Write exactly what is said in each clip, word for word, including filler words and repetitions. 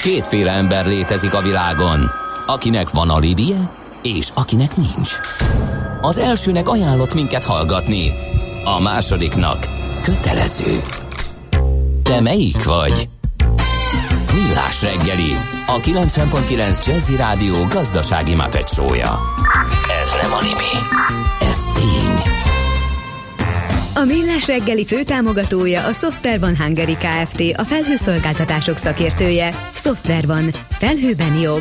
Kétféle ember létezik a világon, akinek van alibije, és akinek nincs. Az elsőnek ajánlott minket hallgatni, a másodiknak kötelező. Te melyik vagy? Millás reggeli, a kilencven pont kilenc Jazzy Rádió gazdasági Muppet show-ja. Ez nem anime, ez tény. A Millás reggeli főtámogatója a Software One Hungary Kft., a felhőszolgáltatások szakértője. Software One. Felhőben jobb.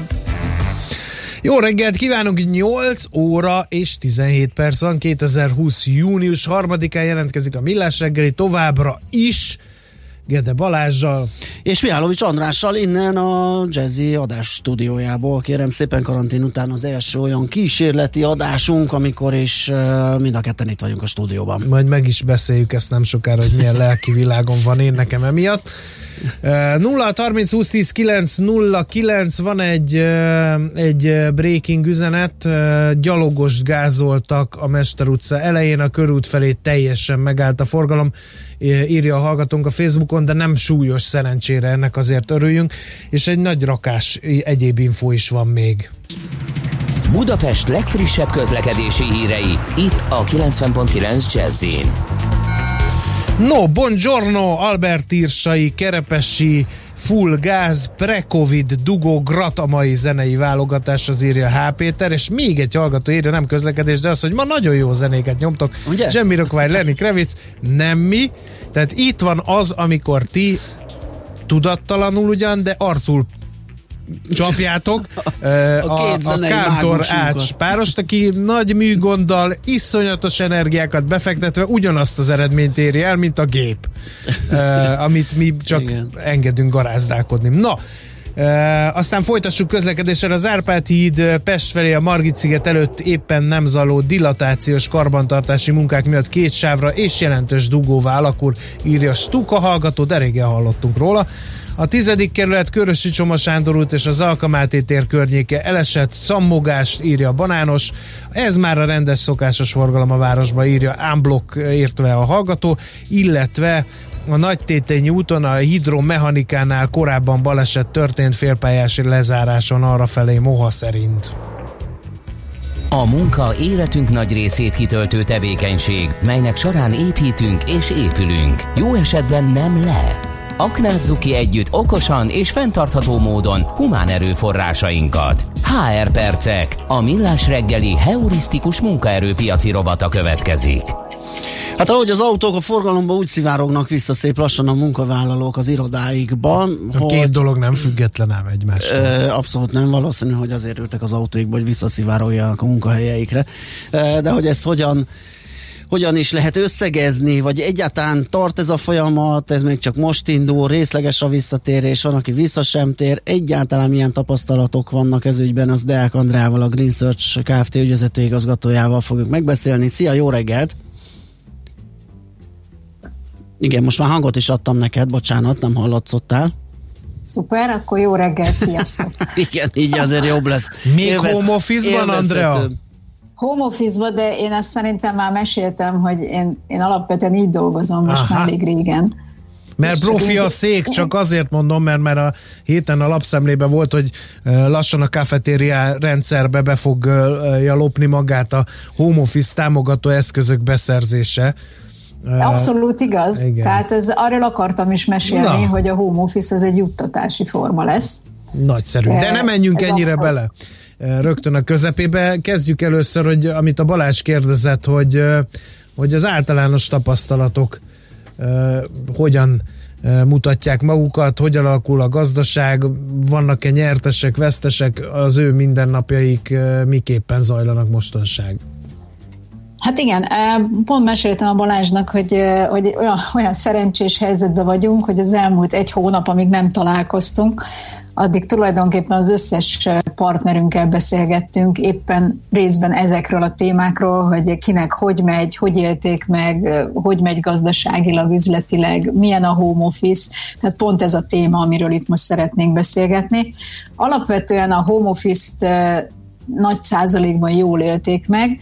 Jó reggelt kívánunk, nyolc óra és tizenhét perc van, kétezer-húsz. június harmadikán jelentkezik a Millás reggeli továbbra is Gede Balázssal és Mihálovics Andrással innen a Jazzy adás stúdiójából. Kérem szépen, karantén után az első olyan kísérleti adásunk, amikor is uh, mind a ketten itt vagyunk a stúdióban. Majd meg is beszéljük ezt nem sokára, hogy milyen lelki világon van én nekem emiatt. Uh, nulla harminc húsz tíz kilenc nulla kilenc van egy, uh, egy breaking üzenet. Uh, gyalogost gázoltak a Mester utca elején, a körút felé teljesen megállt a forgalom, írja a hallgatónk a Facebookon, de nem súlyos, szerencsére, ennek azért örüljünk, és egy nagy rakás egyéb info is van még. Budapest legfrissebb közlekedési hírei, itt a kilencven pont kilenc Jazzyn. No, buongiorno, Albert Irsai, Kerepesi, full gáz, pre-covid dugó gratamai zenei válogatás, az írja H. Péter, és még egy hallgató írja, nem közlekedés, de az, hogy ma nagyon jó zenéket nyomtok. Jamiroquai, Lenny Kravitz, nem mi. Tehát itt van az, amikor ti tudattalanul ugyan, de arcul csapjátok a, a, a Kántor Ács párost, aki nagy műgonddal, iszonyatos energiákat befektetve ugyanazt az eredményt éri el, mint a gép, uh, amit mi csak igen. engedünk garázdálkodni. Na, uh, aztán folytassuk közlekedéssel. Az Árpád híd Pest felé a Margit-sziget előtt éppen nem zajló dilatációs karbantartási munkák miatt két sávra és jelentős dugóvá alakul, írja Stuka hallgató, de régen hallottunk róla. A tizedik kerület Körösi Csoma Sándor út és az Alka Máté tér környéke elesett, szammogást, írja Banános. Ez már a rendes szokásos forgalom a városba, írja Unblock, értve a hallgató, illetve a Nagytétényi úton a hidromechanikánál korábban baleset történt, félpályási lezáráson arrafelé Moha szerint. A munka életünk nagy részét kitöltő tevékenység, melynek során építünk és épülünk. Jó esetben nem le. Aknázzuk ki együtt okosan és fenntartható módon humán erőforrásainkat. há er Percek, a Millás reggeli heurisztikus munkaerőpiaci rovata következik. Hát ahogy az autók a forgalomba, úgy szivárognak vissza szép lassan a munkavállalók az irodáikban. A hogy, két dolog nem független ám egymástól. Ö, abszolút nem, valószínű, hogy azért ültek az autóikba, hogy visszaszivárogjanak a munkahelyeikre. Ö, de hogy ezt hogyan hogyan is lehet összegezni, vagy egyáltalán tart ez a folyamat, ez még csak most indul, részleges a visszatérés, van, aki vissza sem tér, egyáltalán milyen tapasztalatok vannak ez ügyben, az Deák Andrával, a Green Search Kft. Ügyvezető igazgatójával fogjuk megbeszélni. Szia, jó reggelt! Igen, most már hangot is adtam neked, bocsánat, nem hallatszottál. Szuper, akkor jó reggelt, sziasztok! Igen, így azért jobb lesz. Még Élvez, home office-ban, Andrea? Home office-ban, de én azt szerintem már meséltem, hogy én, én alapvetően így dolgozom most már elég régen. Mert profi a szék, csak azért mondom, mert, mert a héten a lapszemlében volt, hogy lassan a kafetéria rendszerbe be fogja lopni magát a home office támogató eszközök beszerzése. Abszolút igaz. Igen. Tehát ez, arról akartam is mesélni, Na. hogy a home office az egy juttatási forma lesz. Nagyszerű. De nem menjünk ez ennyire a... bele rögtön a közepébe. Kezdjük először, hogy amit a Balázs kérdezett, hogy, hogy az általános tapasztalatok uh, hogyan uh, mutatják magukat, hogyan alakul a gazdaság, vannak-e nyertesek, vesztesek, az ő mindennapjaik uh, miképpen zajlanak mostanság? Hát igen, pont meséltem a Balázsnak, hogy, hogy olyan, olyan szerencsés helyzetben vagyunk, hogy az elmúlt egy hónap, amíg nem találkoztunk, addig tulajdonképpen az összes partnerünkkel beszélgettünk, éppen részben ezekről a témákról, hogy kinek hogy megy, hogy élték meg, hogy megy gazdaságilag, üzletileg, milyen a home office, tehát pont ez a téma, amiről itt most szeretnénk beszélgetni. Alapvetően a home office-t nagy százalékban jól élték meg,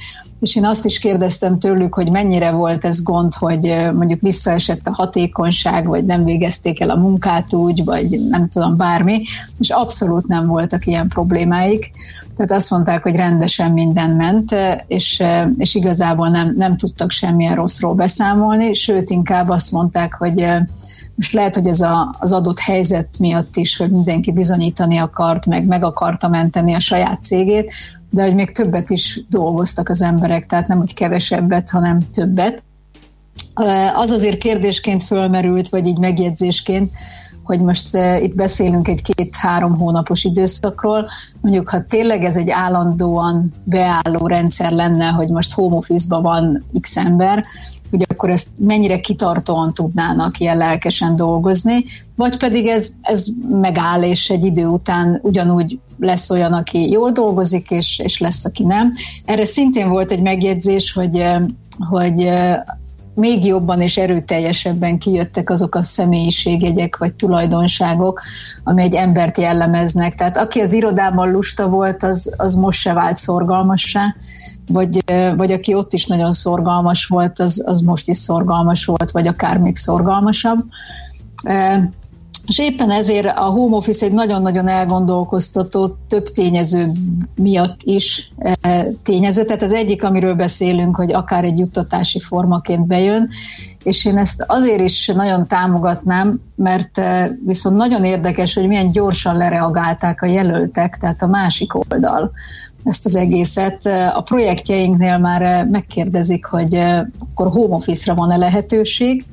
és én azt is kérdeztem tőlük, hogy mennyire volt ez gond, hogy mondjuk visszaesett a hatékonyság, vagy nem végezték el a munkát úgy, vagy nem tudom, bármi, és abszolút nem voltak ilyen problémáik. Tehát azt mondták, hogy rendesen minden ment, és, és igazából nem, nem tudtak semmilyen rosszról beszámolni, sőt inkább azt mondták, hogy most lehet, hogy ez a, az adott helyzet miatt is, hogy mindenki bizonyítani akart, meg meg akarta menteni a saját cégét, de hogy még többet is dolgoztak az emberek, tehát nem úgy kevesebbet, hanem többet. Az azért kérdésként fölmerült, vagy így megjegyzésként, hogy most uh, itt beszélünk egy két-három hónapos időszakról, mondjuk, ha tényleg ez egy állandóan beálló rendszer lenne, hogy most home office-ban van x ember, hogy akkor ezt mennyire kitartóan tudnának ilyen lelkesen dolgozni, vagy pedig ez, ez megáll, és egy idő után ugyanúgy lesz olyan, aki jól dolgozik, és, és lesz, aki nem. Erre szintén volt egy megjegyzés, hogy, hogy még jobban és erőteljesebben kijöttek azok a személyiségjegyek vagy tulajdonságok, ami egy embert jellemeznek. Tehát aki az irodában lusta volt, az, az most se vált szorgalmassá, vagy, vagy aki ott is nagyon szorgalmas volt, az, az most is szorgalmas volt, vagy akár még szorgalmasabb. És éppen ezért a home office egy nagyon-nagyon elgondolkoztató, több tényező miatt is tényező. Tehát az egyik, amiről beszélünk, hogy akár egy juttatási formaként bejön, és én ezt azért is nagyon támogatnám, mert viszont nagyon érdekes, hogy milyen gyorsan lereagálták a jelöltek, tehát a másik oldal ezt az egészet. A projektjeinknél már megkérdezik, hogy akkor home office-ra van-e lehetőség,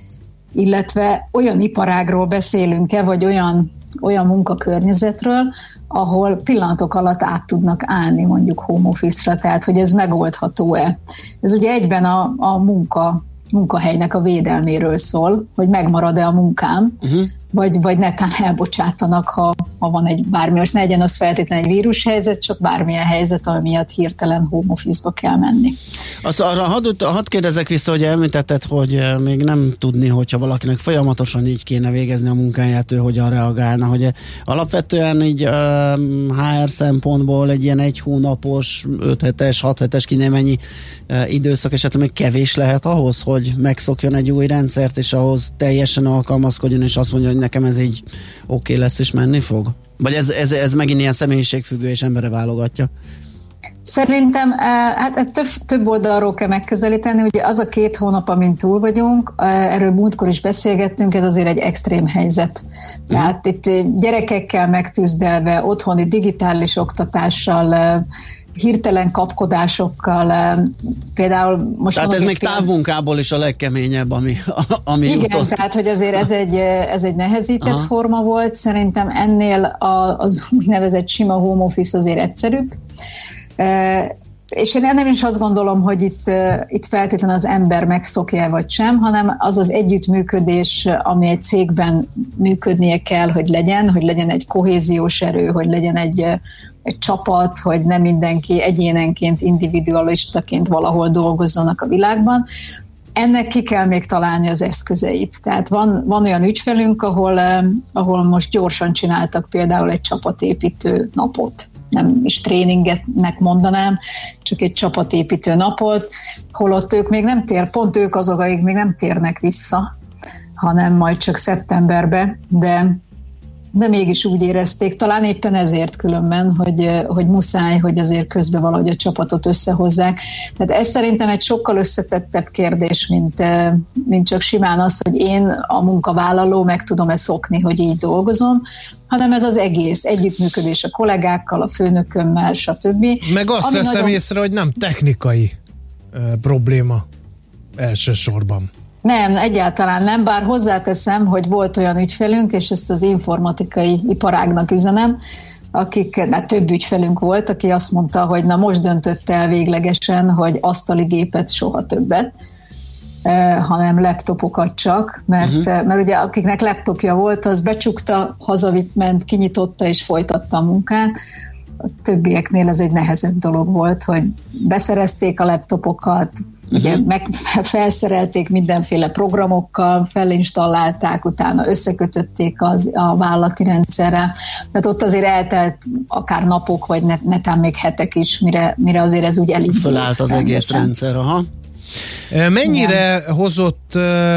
illetve olyan iparágról beszélünk-e, vagy olyan, olyan munkakörnyezetről, ahol pillanatok alatt át tudnak állni mondjuk home office-ra, tehát hogy ez megoldható-e. Ez ugye egyben a, a munka, munkahelynek a védelméről szól, hogy megmarad-e a munkám, uh-huh. vagy, vagy netán elbocsátanak, ha, ha van egy bármi, most ne legyen az feltétlenül egy vírushelyzet, csak bármilyen helyzet, ami miatt hirtelen home office-ba kell menni. Azt arra hadd, hadd kérdezek vissza, hogy említetted, hogy még nem tudni, hogyha valakinek folyamatosan így kéne végezni a munkáját, ő hogyan reagálna, hogy alapvetően így há er szempontból egy ilyen egy hónapos, öt hetes, hat hetes, ki nem ennyi időszak esetleg még kevés lehet ahhoz, hogy megszokjon egy új rendszert, és ahhoz teljesen alkalmazkodjon, és azt mondja, hogy nekem ez így oké okay lesz, és menni fog? Vagy ez, ez, ez megint ilyen személyiségfüggő, és emberre válogatja? Szerintem hát több, több oldalról kell megközelíteni, ugye az a két hónap, amin túl vagyunk, erről múltkor is beszélgettünk, ez azért egy extrém helyzet. Tehát itt gyerekekkel megtűzdelve, otthoni digitális oktatással, hirtelen kapkodásokkal, például most... Tehát ez még például... távmunkából is a legkeményebb, ami, ami Igen, jutott. tehát hogy azért ez egy, ez egy nehezített Aha. forma volt, szerintem ennél a, az úgynevezett sima home office azért egyszerűbb. E, és én nem is azt gondolom, hogy itt, itt feltétlenül az ember megszokja vagy sem, hanem az az együttműködés, ami egy cégben működnie kell, hogy legyen, hogy legyen egy kohéziós erő, hogy legyen egy egy csapat, hogy nem mindenki egyénenként, individualistaként valahol dolgozzanak a világban. Ennek ki kell még találni az eszközeit. Tehát van, van olyan ügyfelünk, ahol, ahol most gyorsan csináltak például egy csapatépítő napot. Nem is tréningetnek mondanám, csak egy csapatépítő napot, holott ők még nem tér, pont ők azok, akik még nem térnek vissza, hanem majd csak szeptemberbe, de de mégis úgy érezték, talán éppen ezért különben, hogy, hogy muszáj, hogy azért közben valahogy a csapatot összehozzák. Tehát ez szerintem egy sokkal összetettebb kérdés, mint, mint csak simán az, hogy én a munkavállaló meg tudom-e szokni, hogy így dolgozom, hanem ez az egész együttműködés a kollégákkal, a főnökömmel, stb. Meg azt veszem nagyon... észre, hogy nem technikai uh, probléma elsősorban. Nem, egyáltalán nem, bár hozzáteszem, hogy volt olyan ügyfelünk, és ezt az informatikai iparágnak üzenem, akik, na, több ügyfelünk volt, aki azt mondta, hogy na most döntött el véglegesen, hogy asztali gépet soha többet, eh, hanem laptopokat csak, mert, uh-huh. mert ugye akiknek laptopja volt, az becsukta, hazavitt, ment, kinyitotta és folytatta a munkát. A többieknél ez egy nehezebb dolog volt, hogy beszerezték a laptopokat, ugye meg felszerelték mindenféle programokkal, felinstallálták, utána összekötötték az, a vállalati rendszerre. Tehát ott azért eltelt akár napok, vagy net, netán még hetek is, mire, mire azért ez úgy elindult. Fölállt az rendesen. Egész rendszer, aha. Mennyire igen. hozott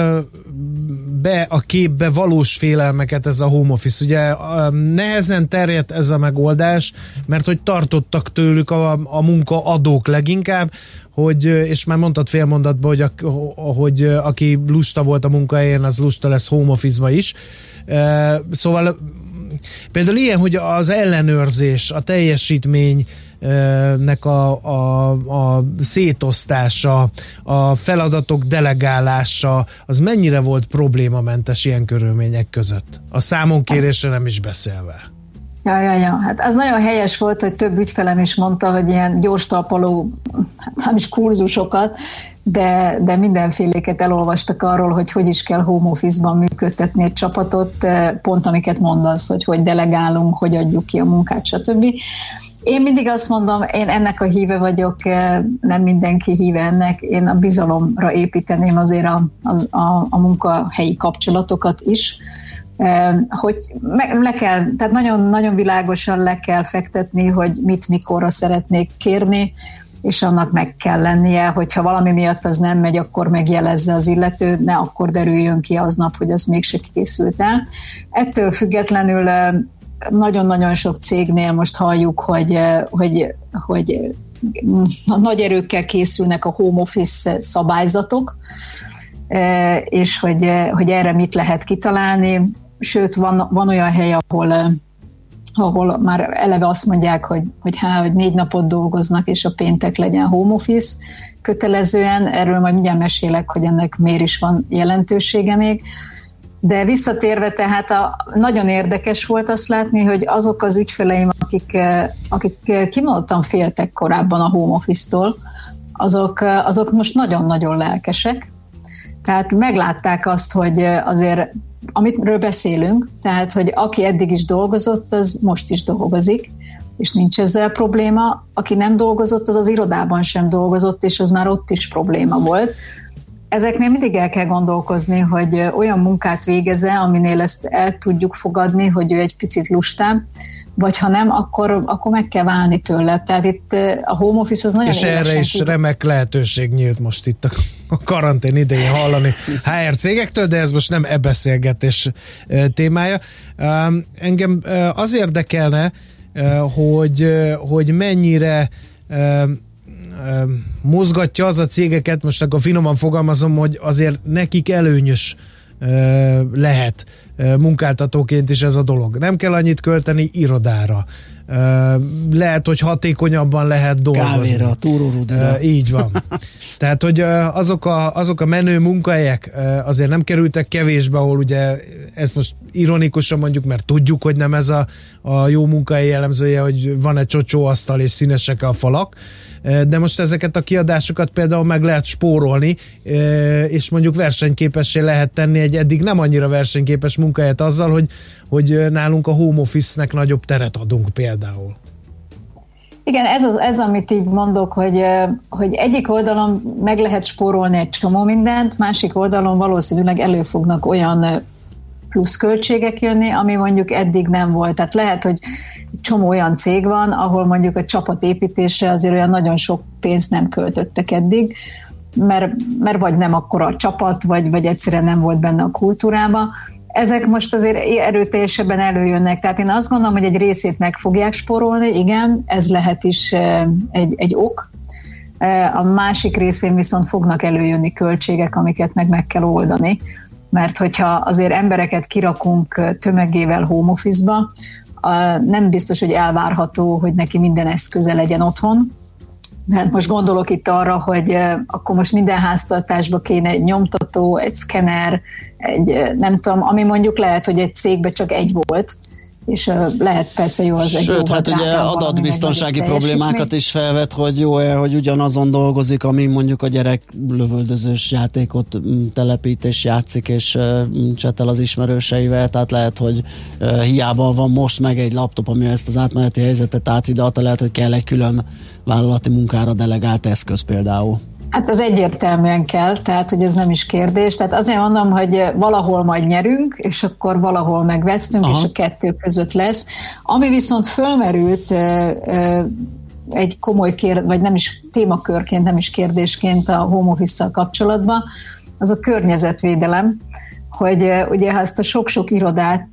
be a képbe valós félelmeket ez a home office? Ugye nehezen terjedt ez a megoldás, mert hogy tartottak tőlük a, a munkaadók leginkább, hogy, és már mondtad fél mondatban, hogy, a, hogy aki lusta volt a munkahelyen, az lusta lesz home office-ba is. Szóval például ilyen, hogy az ellenőrzés, a teljesítmény nek a, a, a szétosztása, a feladatok delegálása, az mennyire volt problémamentes ilyen körülmények között? A számonkérésre nem is beszélve. Ja, ja, ja. Hát az nagyon helyes volt, hogy több ügyfelem is mondta, hogy ilyen gyors talpaló, nem is kurzusokat, de, de mindenféléket elolvastak arról, hogy hogy is kell home office-ban működtetni egy csapatot, pont amiket mondasz, hogy hogy delegálunk, hogy adjuk ki a munkát, stb. Én mindig azt mondom, én ennek a híve vagyok, nem mindenki híve ennek, én a bizalomra építeném azért a, a, a, a munkahelyi kapcsolatokat is, hogy le kell, tehát nagyon, nagyon világosan le kell fektetni, hogy mit, mikorra szeretnék kérni, és annak meg kell lennie, hogyha valami miatt az nem megy, akkor megjelezze az illető, ne akkor derüljön ki aznap, hogy az mégse készült el. Ettől függetlenül nagyon-nagyon sok cégnél most halljuk, hogy, hogy, hogy nagy erőkkel készülnek a home office szabályzatok, és hogy, hogy erre mit lehet kitalálni. Sőt, van, van olyan hely, ahol, ahol már eleve azt mondják, hogy, hogy, há, hogy négy napot dolgoznak, és a péntek legyen home office kötelezően. Erről majd mindjárt mesélek, hogy ennek miért is van jelentősége még. De visszatérve, tehát a, nagyon érdekes volt azt látni, hogy azok az ügyfeleim, akik, akik kimondottan féltek korábban a home office-tól, azok, azok most nagyon-nagyon lelkesek. Tehát meglátták azt, hogy azért, amitről beszélünk, tehát, hogy aki eddig is dolgozott, az most is dolgozik, és nincs ezzel probléma. Aki nem dolgozott, az az irodában sem dolgozott, és az már ott is probléma volt. Ezeknél mindig el kell gondolkozni, hogy olyan munkát végez-e, aminél ezt el tudjuk fogadni, hogy ő egy picit lustább, vagy ha nem, akkor, akkor meg kell válni tőle. Tehát itt a home office az nagyon és erre is tud... remek lehetőség nyílt most itt a karantén idején hallani há er cégektől, de ez most nem e-beszélgetés témája. Engem az érdekelne, hogy, hogy mennyire mozgatja az a cégeket, most akkor finoman fogalmazom, hogy azért nekik előnyös lehet munkáltatóként is ez a dolog. Nem kell annyit költeni irodára. Lehet, hogy hatékonyabban lehet dolgozni. Kávéra, túrórudira. Így van. Tehát, hogy azok a, azok a menő munkahelyek azért nem kerültek kevésbe, ahol ugye ezt most ironikusan mondjuk, mert tudjuk, hogy nem ez a, a jó munkahely jellemzője, hogy van egy csocsóasztal és színesek a falak, de most ezeket a kiadásokat például meg lehet spórolni, és mondjuk versenyképessé lehet tenni egy eddig nem annyira versenyképes munkahelyet azzal, hogy, hogy nálunk a home office-nek nagyobb teret adunk például. Igen, ez az, ez amit így mondok, hogy, hogy egyik oldalon meg lehet spórolni egy csomó mindent, másik oldalon valószínűleg elő fognak olyan pluszköltségek jönni, ami mondjuk eddig nem volt. Tehát lehet, hogy csomó olyan cég van, ahol mondjuk a csapatépítésre azért olyan nagyon sok pénzt nem költöttek eddig, mert, mert vagy nem akkora a csapat, vagy, vagy egyszerűen nem volt benne a kultúrába. Ezek most azért erőteljesebben előjönnek, tehát én azt gondolom, hogy egy részét meg fogják spórolni, igen, ez lehet is egy, egy ok. A másik részén viszont fognak előjönni költségek, amiket meg meg kell oldani, mert hogyha azért embereket kirakunk tömegével home office-ba, nem biztos, hogy elvárható, hogy neki minden eszköze legyen otthon. Hát most gondolok itt arra, hogy akkor most minden háztartásba kéne egy nyomtató, egy szkenner, egy nem tudom, ami mondjuk lehet, hogy egy cégben csak egy volt, és lehet persze jó az egy Sőt, hát ugye adatbiztonsági problémákat is felvet, hogy jó-e, hogy ugyanazon dolgozik, ami mondjuk a gyerek lövöldözős játékot telepít és játszik, és csetel az ismerőseivel, tehát lehet, hogy hiába van most meg egy laptop, ami ezt az átmeneti helyzetet áthidalta, lehet, hogy kell egy külön vállalati munkára delegált eszköz például. Hát ez egyértelműen kell, tehát hogy ez nem is kérdés. Tehát azért mondom, hogy valahol majd nyerünk, és akkor valahol megvesztünk, aha, és a kettő között lesz. Ami viszont fölmerült egy komoly kérdés, vagy nem is témakörként, nem is kérdésként a home office-szal kapcsolatban, az a környezetvédelem, hogy ugye ha ezt a sok-sok irodát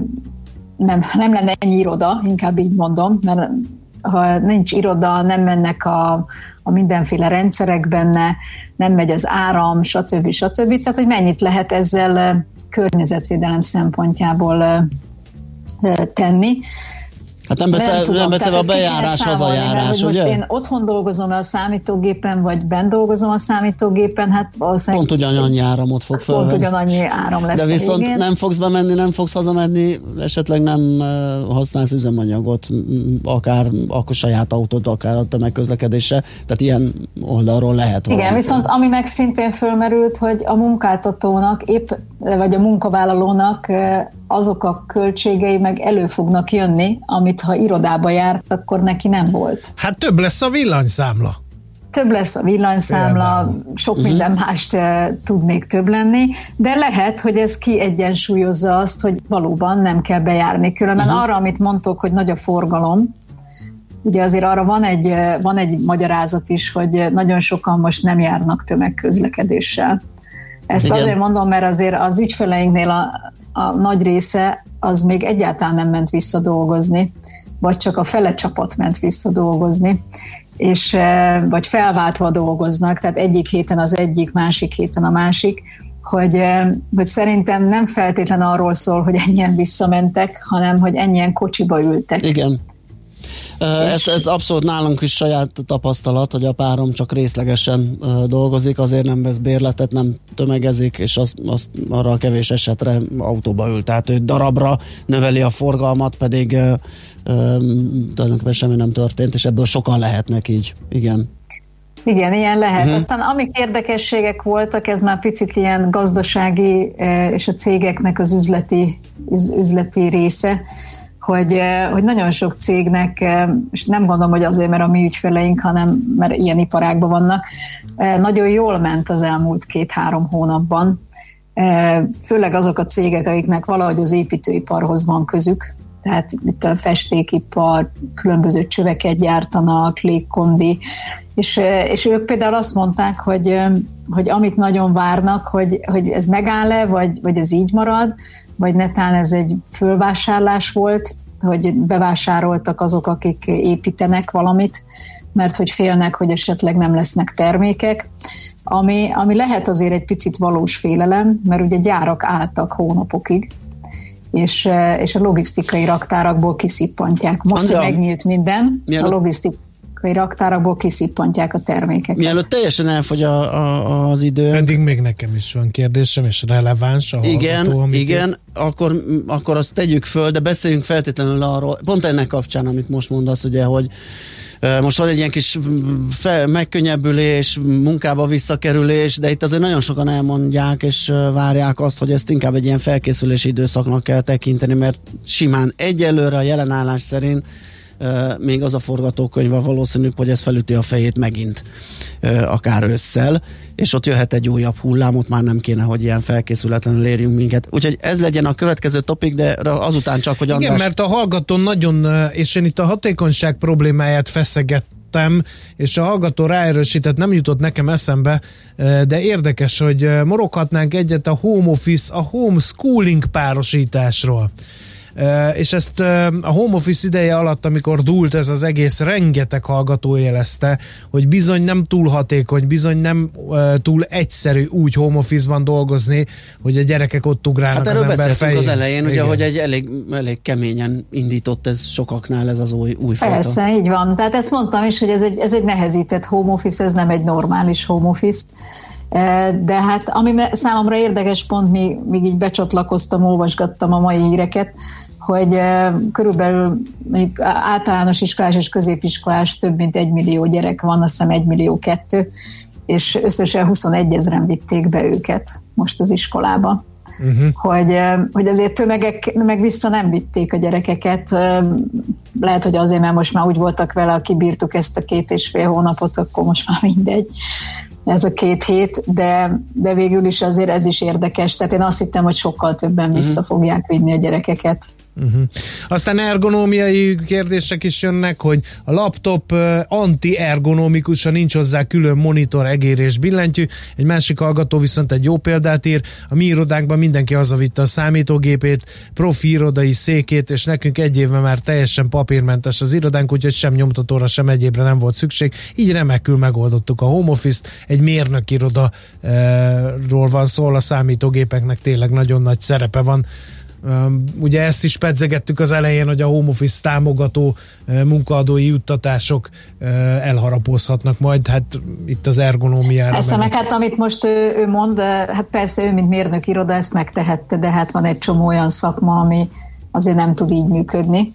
nem, nem lenne ennyi iroda, inkább így mondom, mert ha nincs iroda, nem mennek a, a mindenféle rendszerek benne, nem megy az áram, stb. stb. Tehát, hogy mennyit lehet ezzel környezetvédelem szempontjából tenni. Hát nem beszél, nem nem beszél a bejárás, az a járás, ugye? Most én otthon dolgozom a számítógépen, vagy benn dolgozom a számítógépen, hát valószínűleg... Pont ugyanannyi áramot fog fel. Pont ugyanannyi áram lesz. De viszont végén. Nem fogsz bemenni, nem fogsz hazamenni, esetleg nem használsz üzemanyagot, akár akkor saját autód, akár a tömegközlekedésre, tehát ilyen oldalról lehet valami. Igen, viszont ami meg szintén fölmerült, hogy a munkáltatónak épp, vagy a munkavállalónak azok a költségei meg elő fognak jönni, amit ha irodába járt, akkor neki nem volt. Hát több lesz a villanyszámla. Több lesz a villanyszámla, Például. sok uh-huh. minden mást uh, tud még több lenni, de lehet, hogy ez kiegyensúlyozza azt, hogy valóban nem kell bejárni. Különben uh-huh. arra, amit mondtok, hogy nagy a forgalom, ugye azért arra van egy, van egy magyarázat is, hogy nagyon sokan most nem járnak tömegközlekedéssel. Ezt Igen. azért mondom, mert azért az ügyfeleinknél a, a nagy része az még egyáltalán nem ment vissza dolgozni, vagy csak a fele csapat ment vissza dolgozni, és, vagy felváltva dolgoznak, tehát egyik héten az egyik, másik héten a másik, hogy, hogy szerintem nem feltétlen arról szól, hogy ennyien visszamentek, hanem hogy ennyien kocsiba ültek. Igen. Ez, ez abszolút nálunk is saját tapasztalat, hogy a párom csak részlegesen uh, dolgozik, azért nem vesz bérletet, nem tömegezik, és azt, azt arra a kevés esetre autóba ül. Tehát ő darabra növeli a forgalmat, pedig uh, uh, tulajdonképpen semmi nem történt, és ebből sokan lehetnek így. Igen. Igen, ilyen lehet. Uh-huh. Aztán amik érdekességek voltak, ez már picit ilyen gazdasági és a cégeknek az üzleti, üz, üzleti része, Hogy, hogy nagyon sok cégnek, és nem gondolom, hogy azért, mert a mi ügyfeleink, hanem mert ilyen iparágban vannak, nagyon jól ment az elmúlt két-három hónapban. Főleg azok a cégek, akiknek valahogy az építőiparhoz van közük, tehát itt a festékipar, különböző csöveket gyártanak, légkondi, és, és ők például azt mondták, hogy, hogy amit nagyon várnak, hogy, hogy ez megáll-e, vagy, vagy ez így marad, vagy netán ez egy fölvásárlás volt, hogy bevásároltak azok, akik építenek valamit, mert hogy félnek, hogy esetleg nem lesznek termékek, ami, ami lehet azért egy picit valós félelem, mert ugye gyárak álltak hónapokig, és, és a logisztikai raktárakból kiszippantják. Most, Andrea, hogy megnyílt minden, mielőtt, a logisztikai raktárakból kiszippantják a termékeket. Mielőtt teljesen elfogy a, a, az idő. Eddig még nekem is van kérdésem, és releváns a igen, hallgató, amit igen, akkor, akkor azt tegyük föl, de beszéljünk feltétlenül arról, pont ennek kapcsán, amit most mondasz, ugye, hogy most van egy ilyen kis fel, megkönnyebbülés, munkába visszakerülés, de itt azért nagyon sokan elmondják és várják azt, hogy ezt inkább egy ilyen felkészülési időszaknak kell tekinteni, mert simán egyelőre a jelen állás szerint még az a forgatókönyv van valószínű, hogy ez felüti a fejét megint, akár ősszel, és ott jöhet egy újabb hullám, ott már nem kéne, hogy ilyen felkészületlenül érjünk minket. Úgyhogy ez legyen a következő topik, de azután csak, hogy András... Igen, mert a hallgató nagyon, és én itt a hatékonyság problémáját feszegettem, és a hallgató ráerősített, nem jutott nekem eszembe, de érdekes, hogy moroghatnánk egyet a home office, a homeschooling párosításról. Uh, és ezt uh, a home office ideje alatt, amikor dúlt ez az egész, rengeteg hallgató jelezte, hogy bizony nem túl hatékony, bizony nem uh, túl egyszerű úgy home office-ban dolgozni, hogy a gyerekek ott ugrálnak hát az ember fején. Az elején, ugye, hogy egy elég, elég keményen indított ez sokaknál ez az új, új fajta. Persze, így van. Tehát ezt mondtam is, hogy ez egy, ez egy nehezített home office, ez nem egy normális home office. De hát ami számomra érdekes pont, míg, míg így becsatlakoztam, olvasgattam a mai híreket, hogy körülbelül még általános iskolás és középiskolás több mint egy millió gyerek van, azt hiszem egy millió kettő, és összesen huszonegy ezren vitték be őket most az iskolába. Uh-huh. Hogy, hogy azért tömegek meg vissza nem vitték a gyerekeket. Lehet, hogy azért, mert most már úgy voltak vele, aki bírtuk ezt a két és fél hónapot, akkor most már mindegy. ez a két hét, de, de végül is azért ez is érdekes. Tehát én azt hittem, hogy sokkal többen vissza fogják vinni a gyerekeket. Uh-huh. Aztán ergonómiai kérdések is jönnek, hogy a laptop uh, anti-ergonomikusa, nincs hozzá külön monitor, egér és billentyű. Egy másik hallgató viszont egy jó példát ír, a mi irodánkban mindenki hazavitte a számítógépét, profi irodai székét, és nekünk egy évben már teljesen papírmentes az irodánk, úgyhogy sem nyomtatóra, sem egyébre nem volt szükség. Így remekül megoldottuk a home office-t, egy mérnök irodaról van szó, a számítógépeknek tényleg nagyon nagy szerepe van. Um, ugye ezt is pedzegettük az elején, hogy a home office támogató uh, munkaadói juttatások uh, elharapózhatnak majd, hát itt az ergonómiára. Ezt meg hát, amit most ő, ő mond, hát persze ő, mint mérnök iroda ezt megtehette, de hát van egy csomó olyan szakma, ami azért nem tud így működni.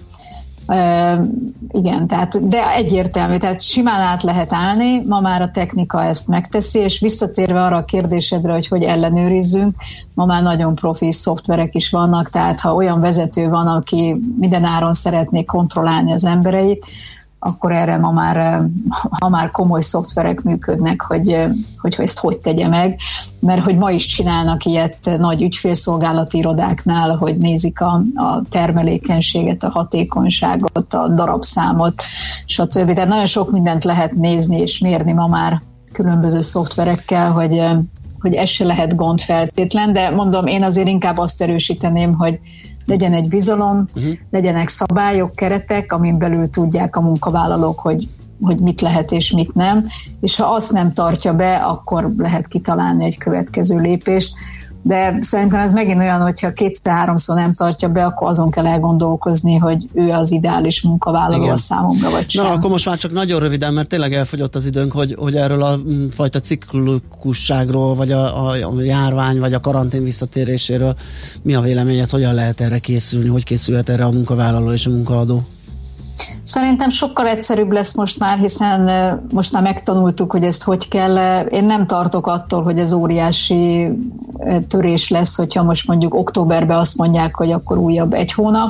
Uh, igen, tehát, de egyértelmű, tehát simán át lehet állni, ma már a technika ezt megteszi, és visszatérve arra a kérdésedre, hogy hogy ellenőrizzünk, ma már nagyon profi szoftverek is vannak, tehát ha olyan vezető van, aki minden áron szeretné kontrollálni az embereit, akkor erre ma már, ha már komoly szoftverek működnek, hogy, hogy ezt hogy tegye meg, mert hogy ma is csinálnak ilyet nagy ügyfélszolgálati irodáknál, hogy nézik a, a termelékenységet, a hatékonyságot, a darabszámot, stb. Tehát nagyon sok mindent lehet nézni és mérni ma már különböző szoftverekkel, hogy, hogy ez se lehet gond feltétlen, de mondom, én azért inkább azt erősíteném, hogy legyen egy bizalom, uh-huh. legyenek szabályok, keretek, amin belül tudják a munkavállalók, hogy, hogy mit lehet és mit nem, és ha azt nem tartja be, akkor lehet kitalálni egy következő lépést. De szerintem ez megint olyan, hogyha kétszer-háromszor nem tartja be, akkor azon kell elgondolkozni, hogy ő az ideális munkavállaló a számomra, vagy sem. Na, akkor most már csak nagyon röviden, mert tényleg elfogyott az időnk, hogy, hogy erről a fajta ciklikusságról, vagy a, a, a járvány, vagy a karantén visszatéréséről mi a véleményed, hogyan lehet erre készülni, hogy készülhet erre a munkavállaló és a munkaadó? Szerintem sokkal egyszerűbb lesz most már, hiszen most már megtanultuk, hogy ezt hogy kell. Én nem tartok attól, hogy ez óriási törés lesz, hogyha most mondjuk októberben azt mondják, hogy akkor újabb egy hónap.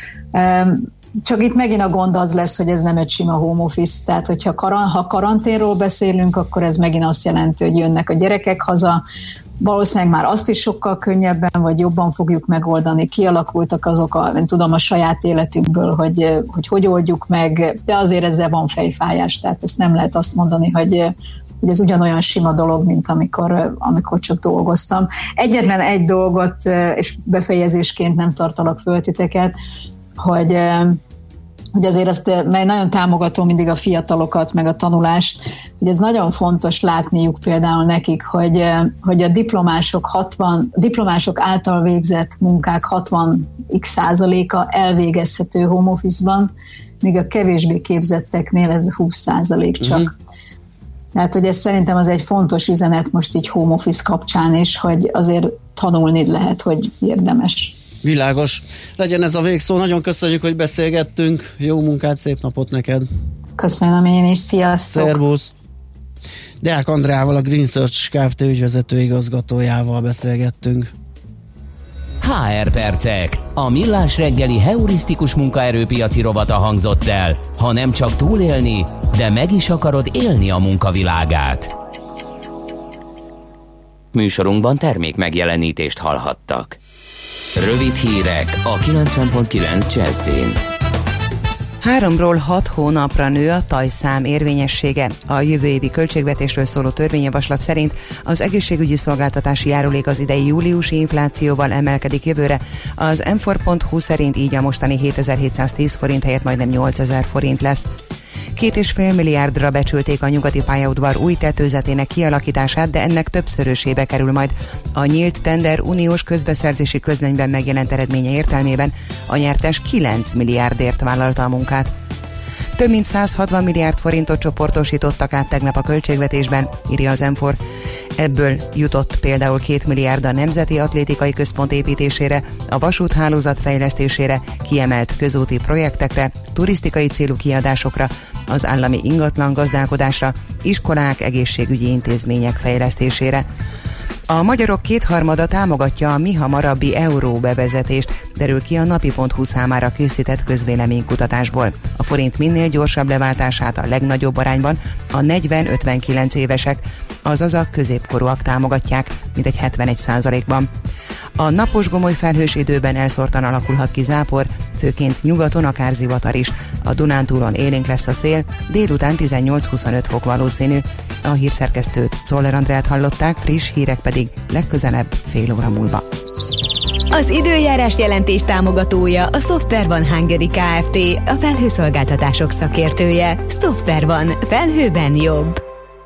Csak itt megint a gond az lesz, hogy ez nem egy sima home office, tehát hogyha karan, ha karanténról beszélünk, akkor ez megint azt jelenti, hogy jönnek a gyerekek haza, valószínűleg már azt is sokkal könnyebben, vagy jobban fogjuk megoldani. Kialakultak azok a, nem tudom, a saját életünkből, hogy, hogy hogy oldjuk meg, de azért ezzel van fejfájás, tehát ezt nem lehet azt mondani, hogy, hogy ez ugyanolyan sima dolog, mint amikor, amikor csak dolgoztam. Egyetlen egy dolgot, és befejezésként nem tartalak föl titeket, hogy hogy azért ezt, mert nagyon támogatom mindig a fiatalokat, meg a tanulást, hogy ez nagyon fontos látniuk például nekik, hogy, hogy a diplomások hatvan, diplomások által végzett munkák hatvan x százaléka elvégezhető home office-ban, míg a kevésbé képzetteknél ez húsz százalék csak. Uh-huh. Tehát, hogy ez szerintem az egy fontos üzenet most így home office kapcsán is, hogy azért tanulni lehet, hogy érdemes. Világos. Legyen ez a végszó. Nagyon köszönjük, hogy beszélgettünk. Jó munkát, szép napot neked. Köszönöm én is. Sziasztok. Szervusz. Deák Andreával, a Green Search Kft. Ügyvezető igazgatójával beszélgettünk. há er percek. A millás reggeli heurisztikus munkaerőpiaci rovata hangzott el. Ha nem csak túlélni, de meg is akarod élni a munkavilágát. Műsorunkban termék megjelenítést hallhattak. Rövid hírek a kilencven pont kilenc Jazzin. Háromról hat hónapra nő a tajszám érvényessége. A jövő évi költségvetésről szóló törvényjavaslat szerint az egészségügyi szolgáltatási járulék az idei júliusi inflációval emelkedik jövőre. Az em négy pont hu szerint így a mostani hétezer-hétszáztíz forint helyett majdnem nyolcezer forint lesz. Két és fél milliárdra becsülték a nyugati pályaudvar új tetőzetének kialakítását, de ennek többszörösébe kerül majd. A nyílt tender uniós közbeszerzési közlönyben megjelent eredménye értelmében a nyertes kilenc milliárdért vállalta a munkát. Több mint száz hatvan milliárd forintot csoportosítottak át tegnap a költségvetésben, írja az em négy. Ebből jutott például két milliárd a Nemzeti Atlétikai Központ építésére, a vasúthálózat fejlesztésére, kiemelt közúti projektekre, turisztikai célú kiadásokra, az állami ingatlan gazdálkodásra, iskolák, egészségügyi intézmények fejlesztésére. A magyarok kétharmada támogatja a mihamarabbi euró bevezetést, derül ki a napi pont hu számára készített közvéleménykutatásból. A forint minél gyorsabb leváltását a legnagyobb arányban a negyven-ötvenkilenc évesek, azaz a középkorúak támogatják, mintegy hetvenegy százalékban. A napos gomoly felhős időben elszórtan alakulhat ki zápor, főként nyugaton akár zivatar is. A Dunántúlon élénk lesz a szél, délután tizennyolc-huszonöt fok valószínű. A hírszerkesztőt, Czoller Andrát hallották, friss hírek pedig legközelebb fél óra múlva. Az időjárás jelentés támogatója a Software One Hungary Kft., a felhőszolgáltatások szakértője. Software One. Felhőben jobb.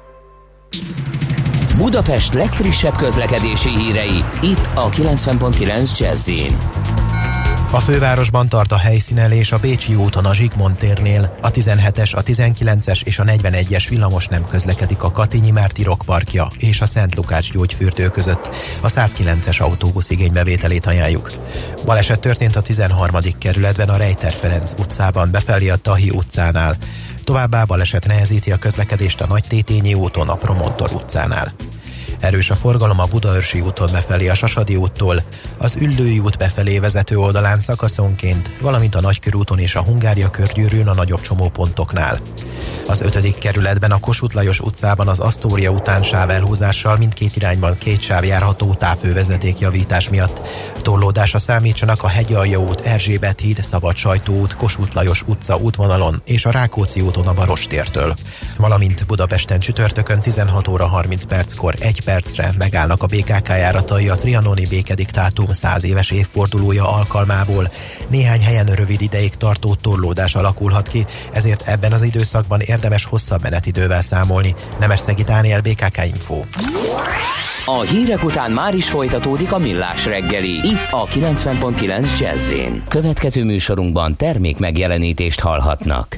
Budapest legfrissebb közlekedési hírei, itt a kilencven pont kilenc Jazz-in. A fővárosban tart a helyszínelés a Bécsi úton a Zsigmond térnél, a tizenhetes, a tizenkilences és a negyvenegyes villamos nem közlekedik a Katinyi Márti Rockparkja és a Szent Lukács gyógyfürdő között. A százkilences autóbusz igénybevételét ajánljuk. Baleset történt a tizenharmadik kerületben a Rejter Ferenc utcában befelé a Tahi utcánál. Továbbá baleset nehezíti a közlekedést a Nagy Tétényi úton a Promontor utcánál. Erős a forgalom a Budaörsi úton befelé a Sasadi úttól, az Üllői út befelé vezető oldalán szakaszonként, valamint a Nagykörúton és a Hungária körgyűrűn a nagyobb csomópontoknál. Az ötödik kerületben a Kossuth Lajos utcában az Asztória után sávelhúzással mindkét irányban két sáv járható távhővezeték javítás miatt. Torlódásra számítsanak a Hegyalja út, Erzsébet híd, Szabad Sajtó út, Kossuth Lajos utca útvonalon és a Rákóczi úton a Barostértől. Valamint Budapesten csütörtökön tizenhat óra harminc perckor egy percre megállnak a bé ká ká járatai a trianoni békediktátum száz éves évfordulója alkalmából. Néhány helyen rövid ideig tartó torlódás alakulhat ki, ezért ebben az időszakban érdemes hosszabb menetidővel számolni. Nemesszegi Dániel, bé ká ká Info. A hírek után már is folytatódik a Millás reggeli, itt a kilencven pont kilenc Jazz-in. Következő műsorunkban termék megjelenítést hallhatnak.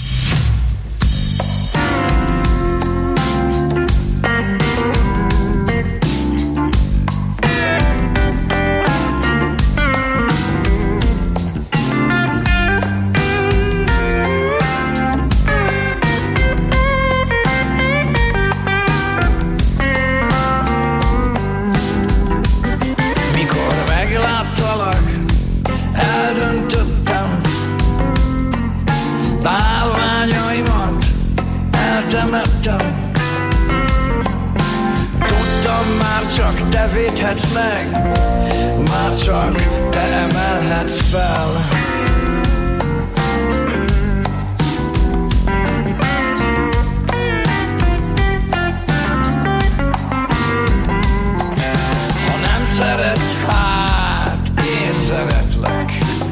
Csak te védhetsz meg, már csak te emelhetsz fel. Ha nem szeretsz, hát én szeretlek.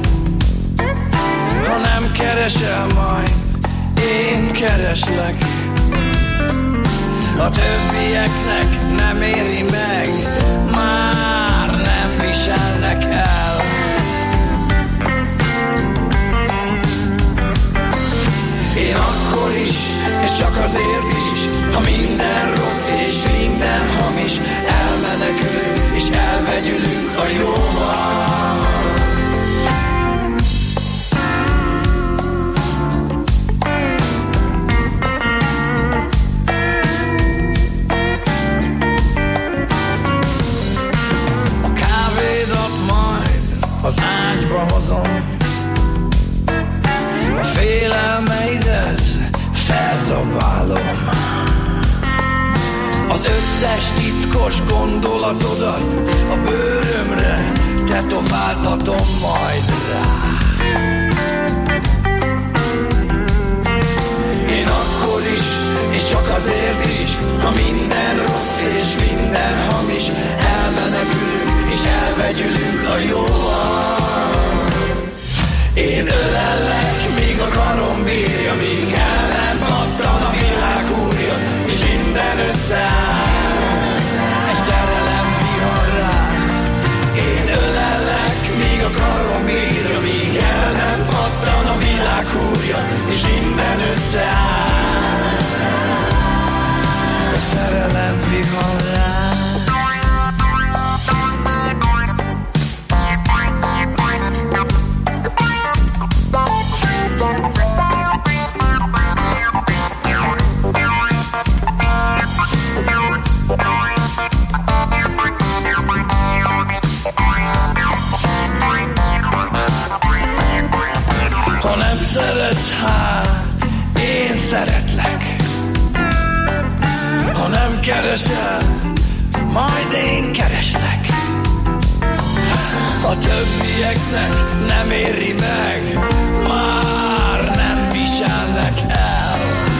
Ha nem keresel, majd én kereslek. A többieknek nem éri meg, már nem viselnek el. Én akkor is, és csak azért is, ha minden rossz és minden hamis, elmenekülünk és elvegyülünk a jóval. Az ágyba hozom a félelmeidet, felzabálom az összes titkos gondolatodat, a bőrömre tetováltatom majd rá. Én akkor is, és csak azért is, ha minden rossz és minden hamis, elmenekülünk és elvegyülünk a jóval. Én ölellek, míg a karom bírja, míg el nem pattan a világ úrja, és minden összeáll egy szerelem viharrá. Én ölellek, míg a karom bírja, míg el nem pattan szeretsz, hát én szeretlek. Ha nem keresel, majd én kereslek. A többieknek nem éri meg, már nem viselnek el.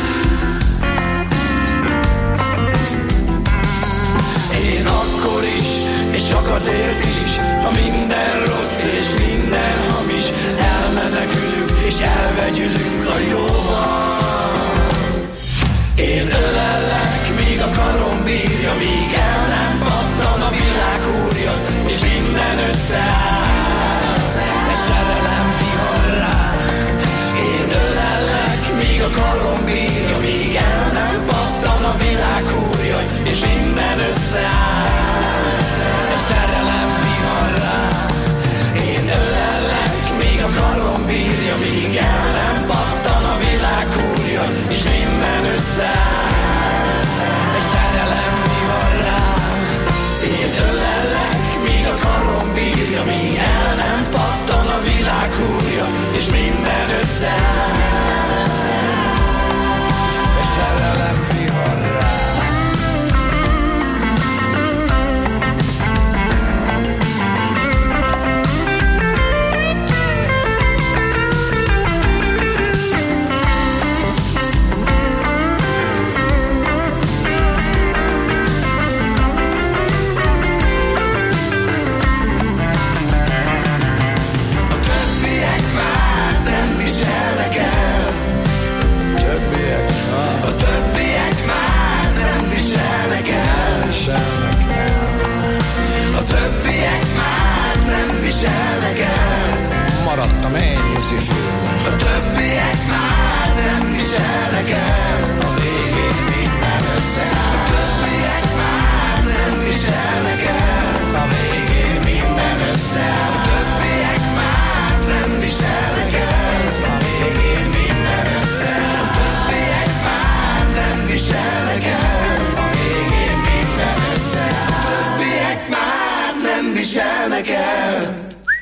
Én akkor is, és csak azért is, ha minden rossz és minden hamis, elmenekülünk és elvegyülünk a jóval. Én ölellek, míg a karom bírja, míg el nem pattan a világ húrja, és minden összeáll, egy szerelem vihar rá. Én ölellek, míg a karom bírja, míg el nem pattan a világ húrja, és minden összeáll, egy szerelem vihar rá. Én ölellek, míg a karom bírja, míg el nem pattan a világ húrja, és minden összeáll, egy szerelem vihar rá. Én ölellek, míg a karom bírja, míg el nem pattan a világ húrja, és minden összeáll, egy szerelem vihar rá. Maradtam ennyi szívül. A többiek már nem viselnek el, a végén minden összeáll. A többiek már nem viselnek el, a végén minden összeáll. A többiek már nem viselnek el, a végén minden összeáll. A többiek már nem viselnek el, a végén minden összeáll. A többiek már nem viselnek el.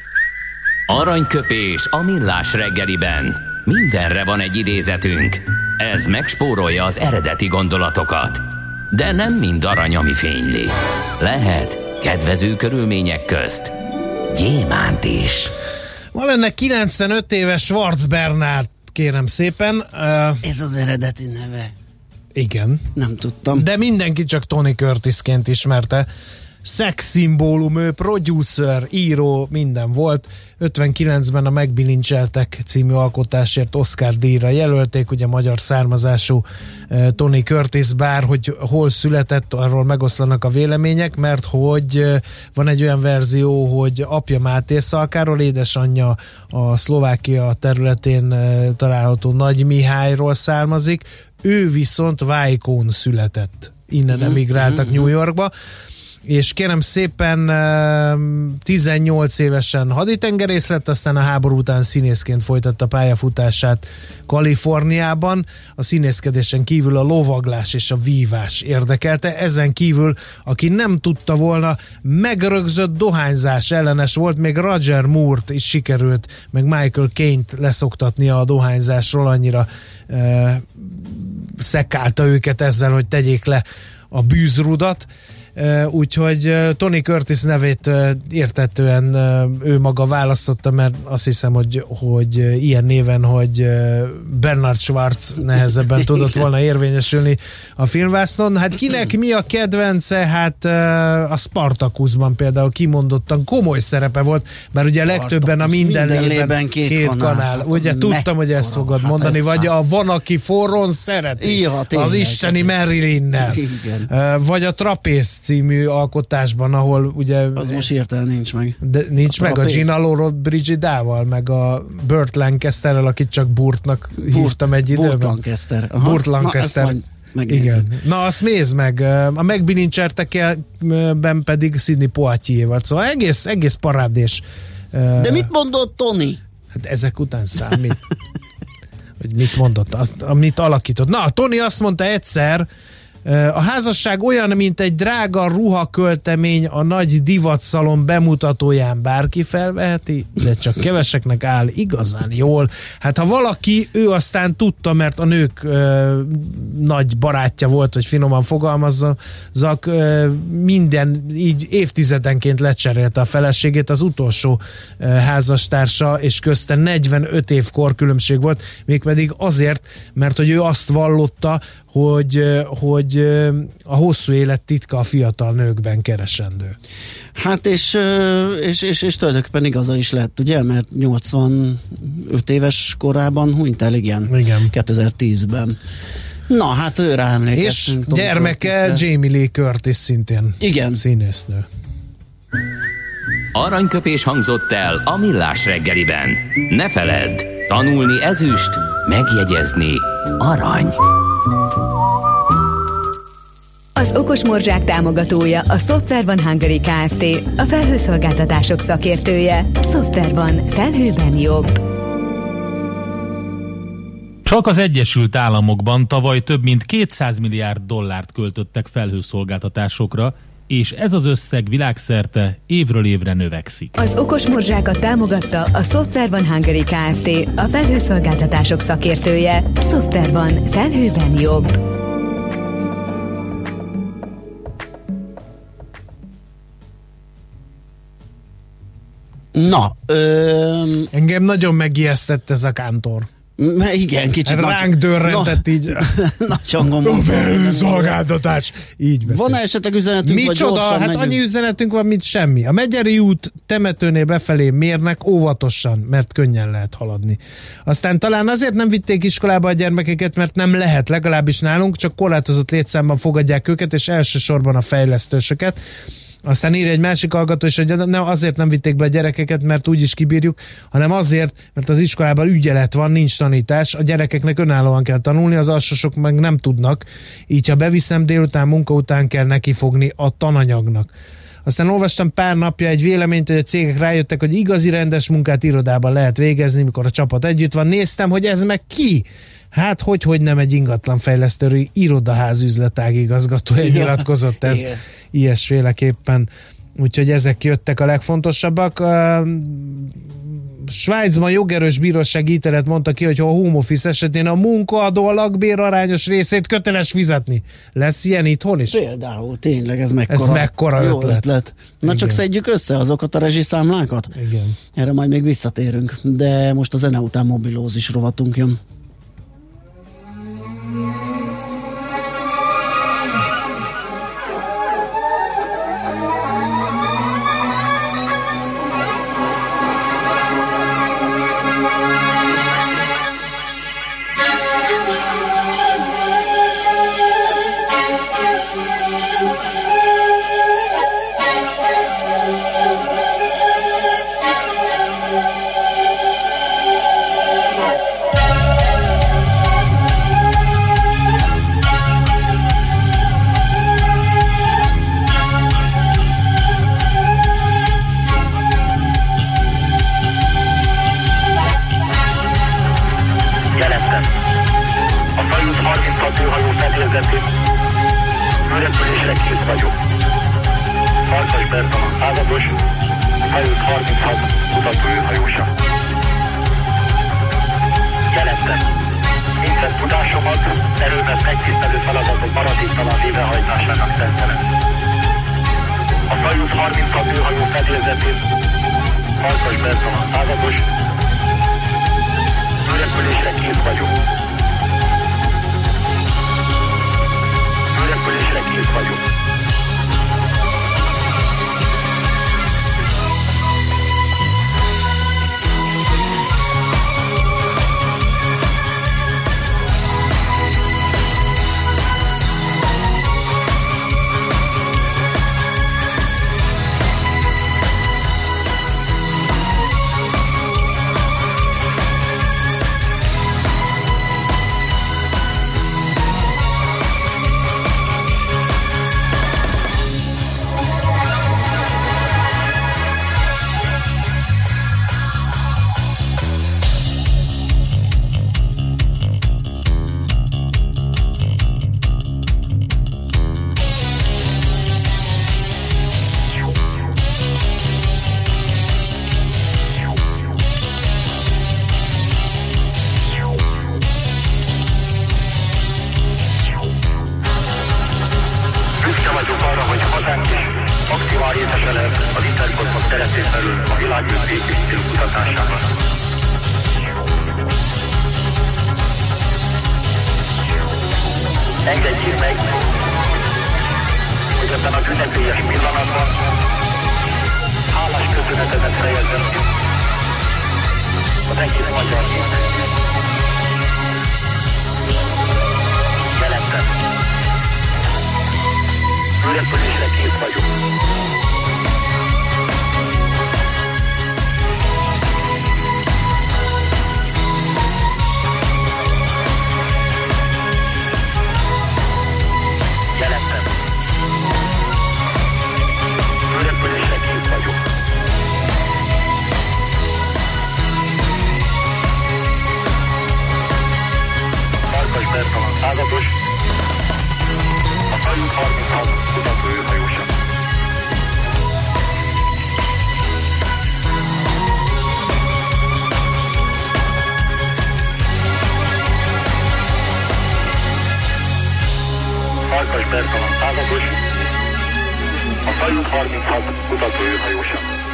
Aranyköpés a millás reggeliben. Mindenre van egy idézetünk. Ez megspórolja az eredeti gondolatokat. De nem mind arany, ami fényli. Lehet kedvező körülmények közt gyémánt is. Van lenne kilencvenöt éves Schwarz Bernard, kérem szépen. Uh, Ez az eredeti neve. Igen. Nem tudtam. De mindenki csak Tony Curtisként ismerte. Szexszimbólum, ő producer, író, minden volt. ötvenkilencben a Megbilincseltek című alkotásért Oscar-díjra jelölték, ugye magyar származású uh, Tony Curtis, bár hogy hol született, arról megoszlanak a vélemények, mert hogy uh, van egy olyan verzió, hogy apja Máté Szalkáról, édesanyja a Szlovákia területén uh, található Nagy Mihályról származik, ő viszont Vájkón született. Innen mm-hmm. emigráltak mm-hmm. New Yorkba, és kérem szépen tizennyolc évesen haditengerész lett, aztán a háború után színészként folytatta pályafutását Kaliforniában. A színészkedésen kívül a lovaglás és a vívás érdekelte. Ezen kívül, aki nem tudta volna, megrögzött dohányzás ellenes volt, még Roger Moore-t is sikerült, meg Michael Caine-t leszoktatnia a dohányzásról, annyira uh, szekálta őket ezzel, hogy tegyék le a bűzrudat. Uh, úgyhogy uh, Tony Curtis nevét uh, értetően uh, ő maga választotta, mert azt hiszem, hogy, hogy uh, ilyen néven, hogy uh, Bernard Schwarz nehezebben tudott volna érvényesülni a filmvásznon. Hát kinek mi a kedvence? Hát uh, a Spartacusban például kimondottan komoly szerepe volt, mert ugye legtöbben a minden, minden lében két, két kanál. kanál. Hát ugye tudtam, hogy ezt fogod hát mondani, vagy hát. A Van, aki forron szereti, ja, tényleg, az isteni Marilyn-nel. Uh, vagy a Trapéz című alkotásban, ahol ugye... Az most hirtelen nincs meg. De nincs a meg trapéz. A Gina Loro Brigidával, meg a Burt Lancasterrel, akit csak Burtnak Burt, hívtam egy időben. Burt Lancaster. Aha. Burt Lancaster. Na, igen. Na, azt nézd meg. A Megbilincseltekben pedig Sidney Poitier volt. Szóval egész, egész parádés. De mit mondott Tony? Hát ezek után számít. Hogy mit mondott, amit alakított. Na, Tony azt mondta egyszer, A házasság olyan, mint egy drága ruhaköltemény a nagy divatszalon bemutatóján, bárki felveheti, de csak keveseknek áll igazán jól. Hát ha valaki, ő aztán tudta, mert a nők ö, nagy barátja volt, hogy finoman fogalmazzak, ö, minden így évtizedenként lecserélte a feleségét, az utolsó ö, házastársa, és közte negyvenöt év korkülönbség volt, mégpedig azért, mert hogy ő azt vallotta, hogy, hogy a hosszú élet titka a fiatal nőkben keresendő. Hát és, és, és, és tulajdonképpen igaza is lett, ugye, mert nyolcvanöt éves korában hunyt el, igen, igen. kétezer-tízben. Na, hát őre emlékeztünk. És gyermeke Jamie Lee Curtis szintén igen. Színésznő. Aranyköpés hangzott el a Millás reggeliben. Ne feledd, tanulni ezüst, megjegyezni arany. Az Okos Morzsák támogatója a Software One Hungary Kft. A felhőszolgáltatások szakértője. Software One. Felhőben jobb. Csak az Egyesült Államokban tavaly több mint kétszáz milliárd dollárt költöttek felhőszolgáltatásokra, és ez az összeg világszerte évről évre növekszik. Az Okos Morzsákat támogatta a Software One Hungary Kft. A felhőszolgáltatások szakértője. Software One. Felhőben jobb. Na, ö... engem nagyon megijesztett ez a kántor. Igen, kicsit hát ránk dörrentett na, így. Nagy hangon mondta. Felhőszolgáltatás. Így beszél. Van-e esetleg üzenetünk? Micsoda? Hát megyünk? Annyi üzenetünk van, mint semmi. A Megyeri út temetőnél befelé mérnek óvatosan, mert könnyen lehet haladni. Aztán talán azért nem vitték iskolába a gyermekeket, mert nem lehet, legalábbis nálunk, csak korlátozott létszámban fogadják őket, és elsősorban a fejlesztősöket. Aztán írja egy másik hallgató is, hogy nem azért nem vitték be a gyerekeket, mert úgyis kibírjuk, hanem azért, mert az iskolában ügyelet van, nincs tanítás, a gyerekeknek önállóan kell tanulni, az alsósok meg nem tudnak, így ha beviszem, délután, munka után kell nekifogni a tananyagnak. Aztán olvastam pár napja egy véleményt, hogy a cégek rájöttek, hogy igazi rendes munkát irodában lehet végezni, mikor a csapat együtt van. Néztem, hogy ez meg ki? Hát, hogy, hogy nem egy ingatlanfejlesztő, irodaház üzletág igazgatója ja, nyilatkozott ez igen. Ilyesféleképpen. Úgyhogy ezek jöttek a legfontosabbak. Svájcban jogerős bíróság ítélet mondta ki, hogy ha a home office esetén a munkaadó a lakbér arányos részét köteles fizetni. Lesz ilyen itthon is? Például, tényleg ez mekkora, ez mekkora jó ötlet. ötlet. Na igen. Csak szedjük össze azokat a rezsiszámlákat? Igen. Erre majd még visszatérünk, de most a zene után mobilózis rovatunk jön. világűrt építő kutatásában. Engedjék meg, hogy ebben a ünnepélyes pillanatban hálás köszönetemet fejezzem ki az egész magyar népnek. Jelentem. Repülésre kész vagyok. Jelentem. Repülésre kész vagyok. Farkas Bertalan százados, a Kajút harminchat kutatóőrhajósa. Farkas Bertalan százados, a Kajút harminchat kutatóőrhajósa.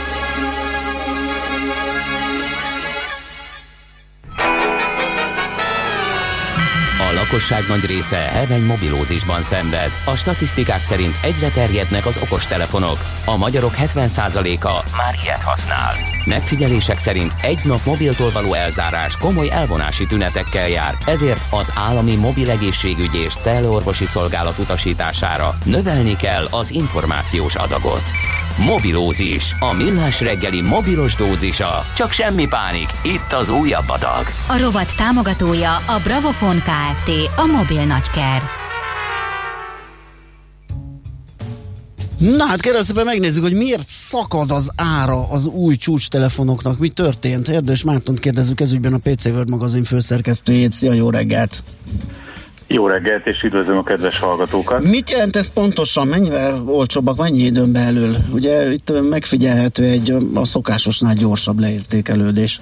A lakosság nagy része heveny mobilózisban szenved. A statisztikák szerint egyre terjednek az okostelefonok. A magyarok hetven százaléka már ilyet használ. Megfigyelések szerint egy nap mobiltól való elzárás komoly elvonási tünetekkel jár, ezért az állami mobil egészségügyi és cellorvosi szolgálat utasítására növelni kell az információs adagot. Mobilózis, a millás reggeli mobilos dózisa. Csak semmi pánik, itt az újabb adag. A rovat támogatója a Bravofon Kft. A mobil nagyker. Na hát kérlek szépen megnézzük, hogy miért szakad az ára az új csúcstelefonoknak. Mi történt? Erdős Mártont kérdezzük ezügyben, a pé cé World magazin főszerkesztőjét. Szia, jó reggelt! Jó reggelt, és üdvözlöm a kedves hallgatókat! Mit jelent ez pontosan? Mennyivel olcsóbbak, mennyi időn belül? Ugye itt megfigyelhető egy a szokásosnál gyorsabb leértékelődés.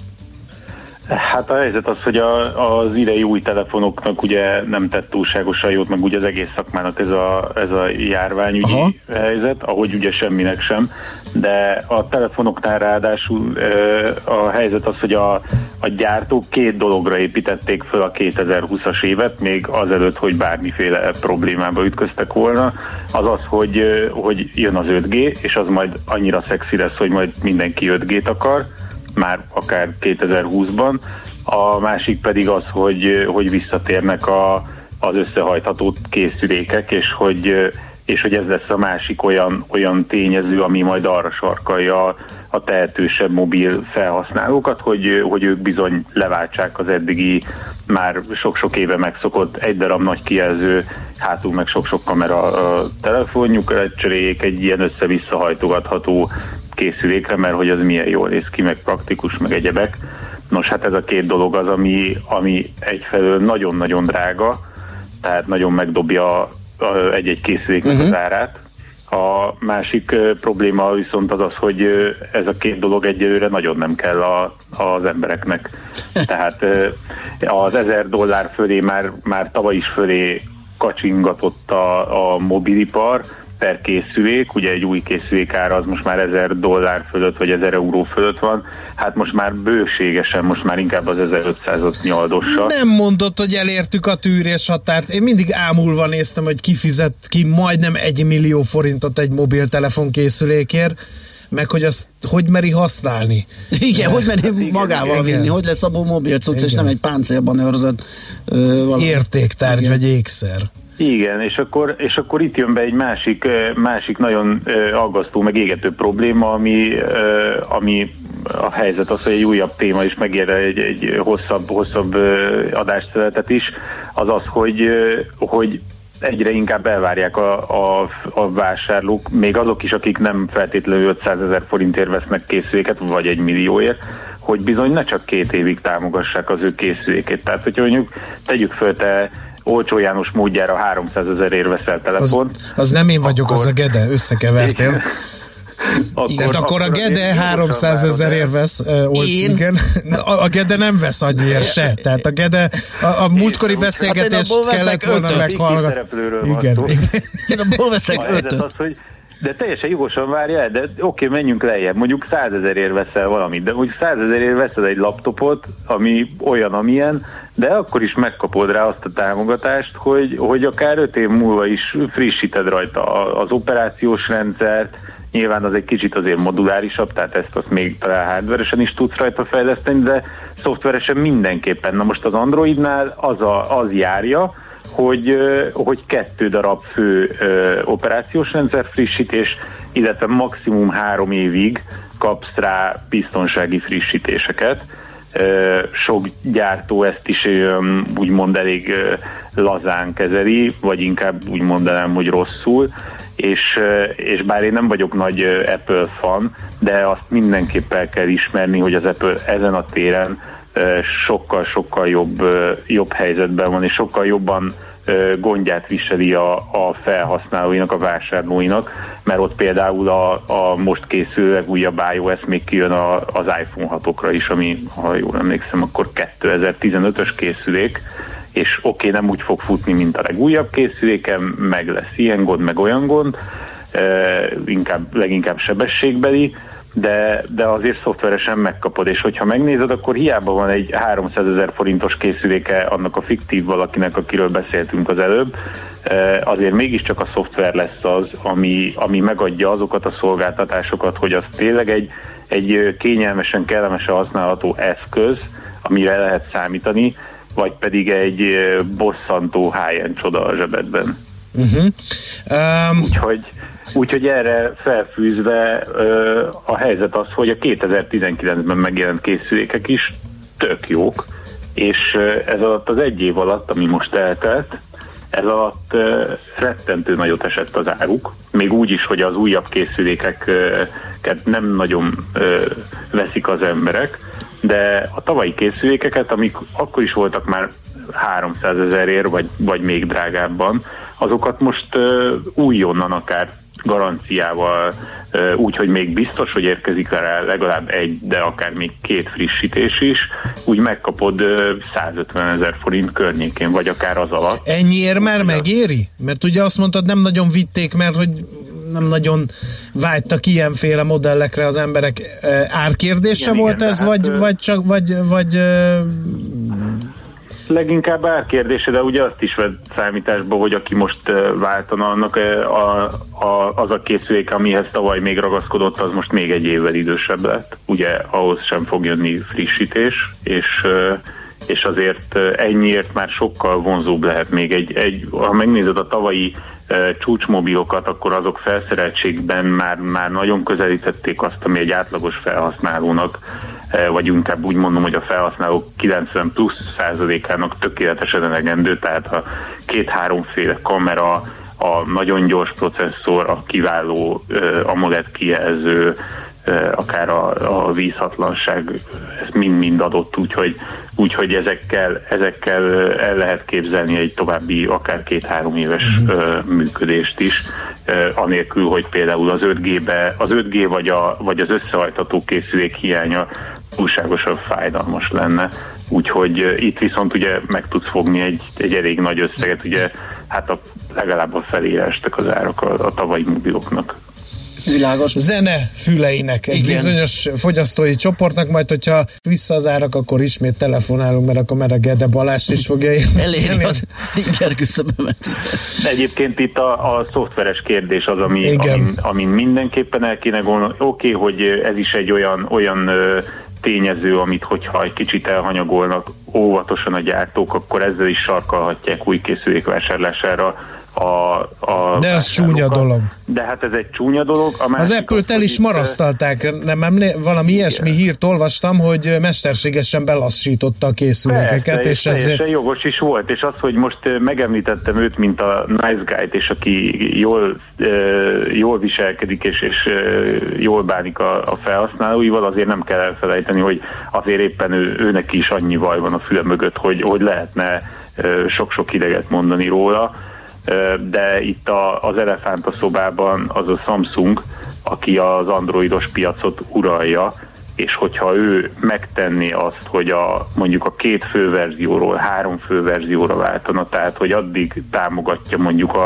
Hát a helyzet az, hogy a, az idei új telefonoknak ugye nem tett túlságosan jót, meg ugye az egész szakmának ez a, ez a járványügyi Aha. helyzet, ahogy ugye semminek sem, de a telefonoknál ráadásul a helyzet az, hogy a, a gyártók két dologra építették föl a kétezer-húszas évet, még azelőtt, hogy bármiféle problémába ütköztek volna, az az, hogy, hogy jön az öt G, és az majd annyira szexi lesz, hogy majd mindenki öt G-t akar, már akár kétezer-húszban, a másik pedig az, hogy, hogy visszatérnek a, az összehajtható készülékek, és hogy, és hogy ez lesz a másik olyan, olyan tényező, ami majd arra sarkalja a, a tehetősebb mobil felhasználókat, hogy, hogy ők bizony leváltsák az eddigi már sok-sok éve megszokott egy darab nagy kijelző, hátul meg sok-sok kamera a telefonjuk, cseréljék egy ilyen össze-vissza hajtogatható készülékre, mert hogy az milyen jól néz ki, meg praktikus, meg egyebek. Nos, hát ez a két dolog az, ami, ami egyfelől nagyon-nagyon drága, tehát nagyon megdobja egy-egy készüléknek uh-huh. az árát. A másik uh, probléma viszont az az, hogy uh, ez a két dolog egyelőre nagyon nem kell a, az embereknek. Tehát uh, az ezer dollár fölé már, már tavaly is fölé kacsingatott a, a mobilipar per készülék, ugye egy új készülék ára az most már ezer dollár fölött, vagy ezer euró fölött van, hát most már bőségesen, most már inkább az ezerötszázat nyaldossa. Nem mondott, hogy elértük a tűrés határt. Én mindig ámulva néztem, hogy kifizet ki majdnem egy millió forintot egy mobiltelefon készülékért, meg hogy azt hogy meri használni. Igen, hogy meri hát, magával igen, vinni, igen. Hogy lesz abból mobil cucc, és nem egy páncélban őrzött uh, értéktárgy, igen. vagy ékszer. Igen, és akkor, és akkor itt jön be egy másik, másik nagyon aggasztó, meg égető probléma, ami, ami a helyzet az, hogy egy újabb téma is megér egy, egy hosszabb, hosszabb adásszeletet is, az az, hogy, hogy egyre inkább elvárják a, a, a vásárlók, még azok is, akik nem feltétlenül ötszázezer forintért vesznek készüléket, vagy egy millióért, hogy bizony ne csak két évig támogassák az ő készülékét. Tehát, hogyha mondjuk tegyük föl, te olcsó János módjára háromszázezerért veszel telefont. Az, az nem én vagyok, akkor... az a Gede, összekevertél. Akkor, igen, akkor, akkor a Gede háromszázezerért vesz, uh, igen. A, a Gede nem vesz annyiért se. Tehát a Gede, a, a múltkori beszélgetést hát kellett volna meghallgatni. Igen, igen. Én abból veszek ötöt. Az, hogy De teljesen jogosan várja el, de oké, okay, menjünk lejjebb. Mondjuk százezerért veszel valamit, de mondjuk százezerért veszed egy laptopot, ami olyan, amilyen, de akkor is megkapod rá azt a támogatást, hogy, hogy akár öt év múlva is frissíted rajta az operációs rendszert. Nyilván az egy kicsit azért modulárisabb, tehát ezt azt még talán hardveresen is tudsz rajta fejleszteni, de szoftveresen mindenképpen. Na most az Androidnál az, a, az járja, hogy, hogy kettő darab fő ö, operációs rendszer frissítés, illetve maximum három évig kapsz rá biztonsági frissítéseket. Ö, sok gyártó ezt is ö, úgymond elég ö, lazán kezeli, vagy inkább úgy mondanám, hogy rosszul, és, ö, és bár én nem vagyok nagy ö, Apple fan, de azt mindenképp el kell ismerni, hogy az Apple ezen a téren sokkal-sokkal jobb, jobb helyzetben van, és sokkal jobban gondját viseli a, a felhasználóinak, a vásárlóinak, mert ott például a, a most készülő legújabb iOS még kijön a, az iPhone hatokra is, ami, ha jól emlékszem, akkor kétezer-tizenötös készülék, és oké, okay, nem úgy fog futni, mint a legújabb készüléken, meg lesz ilyen gond, meg olyan gond, inkább, leginkább sebességbeli, de, de azért szoftveresen megkapod, és hogyha megnézed, akkor hiába van egy háromszázezer forintos készüléke annak a fiktív valakinek, akiről beszéltünk az előbb, azért mégiscsak a szoftver lesz az, ami, ami megadja azokat a szolgáltatásokat, hogy az tényleg egy, egy kényelmesen, kellemesen használható eszköz, amire lehet számítani, vagy pedig egy bosszantó high-end csoda a zsebedben. Uh-huh. Um... Úgyhogy Úgyhogy erre felfűzve ö, a helyzet az, hogy a kétezer-tizenkilencben megjelent készülékek is tök jók, és ez alatt az egy év alatt, ami most eltelt, ez alatt ö, rettentő nagyot esett az áruk, még úgy is, hogy az újabb készülékeket nem nagyon ö, veszik az emberek, de a tavalyi készülékeket, amik akkor is voltak már háromszázezerért, vagy, vagy még drágábban, azokat most ö, újonnan akár garanciával, úgy, hogy még biztos, hogy érkezik rá legalább egy, de akár még két frissítés is, úgy megkapod százötvenezer forint környékén, vagy akár az alatt. Ennyiért már megéri? Mert ugye azt mondtad, nem nagyon vitték, mert hogy nem nagyon vágytak ilyenféle modellekre az emberek. Árkérdése igen, volt igen, ez, vagy, hát, vagy csak, vagy, vagy leginkább árkérdése, de ugye azt is vett számításba, hogy aki most váltana, annak a, a, az a készülék, amihez tavaly még ragaszkodott, az most még egy évvel idősebb lett. Ugye ahhoz sem fog jönni frissítés, és, és azért ennyiért már sokkal vonzóbb lehet még egy, egy ha megnézed a tavalyi csúcsmobilokat, akkor azok felszereltségben már, már nagyon közelítették azt, ami egy átlagos felhasználónak, vagy inkább úgy mondom, hogy a felhasználók kilencven plusz százalékának tökéletesen elegendő, tehát a két-háromféle kamera, a nagyon gyors processzor, a kiváló AMOLED kijelző, akár a, a vízhatlanság, ez mind-mind adott, úgyhogy, úgyhogy ezekkel, ezekkel el lehet képzelni egy további akár két-három éves uh, működést is, uh, anélkül, hogy például az öt G-be, az öt G vagy, a, vagy az összehajtható készülék hiánya túlságosan fájdalmas lenne. Úgyhogy uh, itt viszont ugye meg tudsz fogni egy, egy elég nagy összeget, ugye hát a, legalább a felére estek az árak a, a tavalyi mobiloknak. Világos. Zene füleinek egy igen. bizonyos fogyasztói csoportnak, majd hogyha vissza az árak, akkor ismét telefonálunk, mert akkor mere Gede Balázs is fogja elérni az ingerküszöbömet. Egyébként itt a, a szoftveres kérdés az, ami, amin, amin mindenképpen el kéne gondolni. Oké, okay, hogy ez is egy olyan, olyan tényező, amit hogyha egy kicsit elhanyagolnak óvatosan a gyártók, akkor ezzel is sarkalhatják új készülék vásárlására A, a de ez csúnya dolog. De hát ez egy csúnya dolog. A az Apple-t el is marasztalták, nem emlé- valami igen. ilyesmi hírt olvastam, hogy mesterségesen belassította a készülékeket. Persze, és ez teljesen jogos is volt, és az, hogy most megemlítettem őt, mint a nice guy-t, és aki jól, jól viselkedik, és, és jól bánik a, a felhasználóival, azért nem kell elfelejteni, hogy azért éppen ő, őnek is annyi vaj van a füle mögött, hogy, hogy lehetne sok-sok ideget mondani róla. De itt a, az elefánt a szobában az a Samsung, aki az androidos piacot uralja, és hogyha ő megtenné azt, hogy a, mondjuk a két főverzióról három főverzióra váltana, tehát hogy addig támogatja mondjuk a,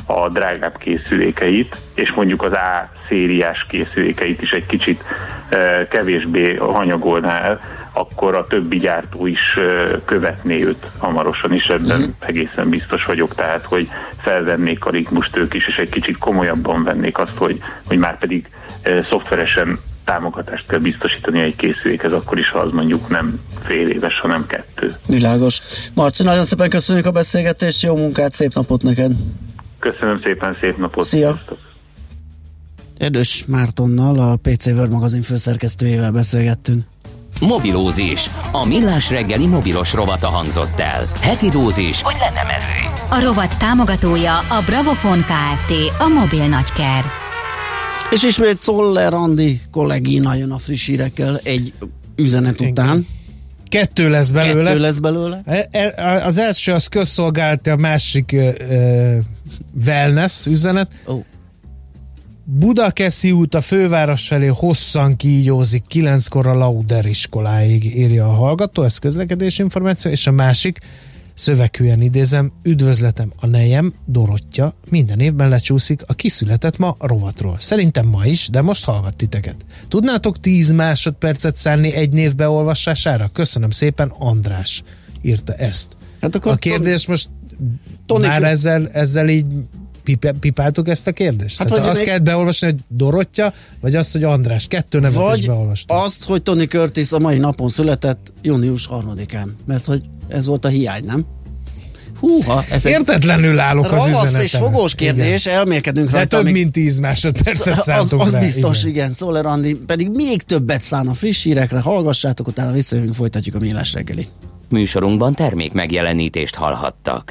a drágább készülékeit, és mondjuk az A szériás készülékeit is egy kicsit e, kevésbé hanyagolná el, akkor a többi gyártó is e, követné őt hamarosan, és ebben uh-huh. egészen biztos vagyok, tehát, hogy felvennék a ritmust ők is, és egy kicsit komolyabban vennék azt, hogy, hogy már pedig e, szoftveresen támogatást kell biztosítani egy készülékhez, akkor is, ha az mondjuk nem fél éves, hanem kettő. Világos. Marci, nagyon szépen köszönjük a beszélgetést, jó munkát, szép napot neked! Köszönöm szépen, szép napot! Szia! Erdős Mártonnal, a pé cé World magazin főszerkesztőjével beszélgettünk. Mobilózis. A millás reggeli mobilos rovata hangzott el. Heti dózis, hogy lenne merő. A rovat támogatója a Bravofon Kft. A mobil nagyker. És ismét Czoller Andi kollégina jön a friss hírekkel egy üzenet után. Kettő lesz belőle. Kettő lesz belőle. Az első az közszolgálati, a másik uh, wellness üzenet. Oh. Budakeszi út a főváros felé hosszan kígyózik, kilenckor a Lauder iskoláig, írja a hallgató, ez közlekedési információ, és a másik, szöveghűen idézem, üdvözletem, a nejem, Dorottya, minden évben lecsúszik a kiszületett ma rovatról. Szerintem ma is, de most hallgat titeket. Tudnátok tíz másodpercet szánni egy név beolvasására? Köszönöm szépen, András írta ezt. Hát akkor a kérdés most Tony már ezzel, ezzel így Pipe, pipáltuk ezt a kérdést? Hát, hát azt még... kell beolvasni, hogy Dorottya, vagy azt, hogy András. Kettő nevet vagy is beolvastam. Azt, hogy Tony Curtis a mai napon született, június harmadikán. Mert hogy ez volt a hiány, nem? Húha, ez értetlenül állok az üzenetem. Ravasz és fogós kérdés, igen. Elmélkedünk rajta. De több amíg... mint tíz másodpercet szántunk az, az rá. biztos, igen. igen. Czoller Andi pedig még többet szán a friss hírekre, hallgassátok, utána visszajövünk, folytatjuk a millás reggelit. Műsorunkban termék megjelenítést hallhattak.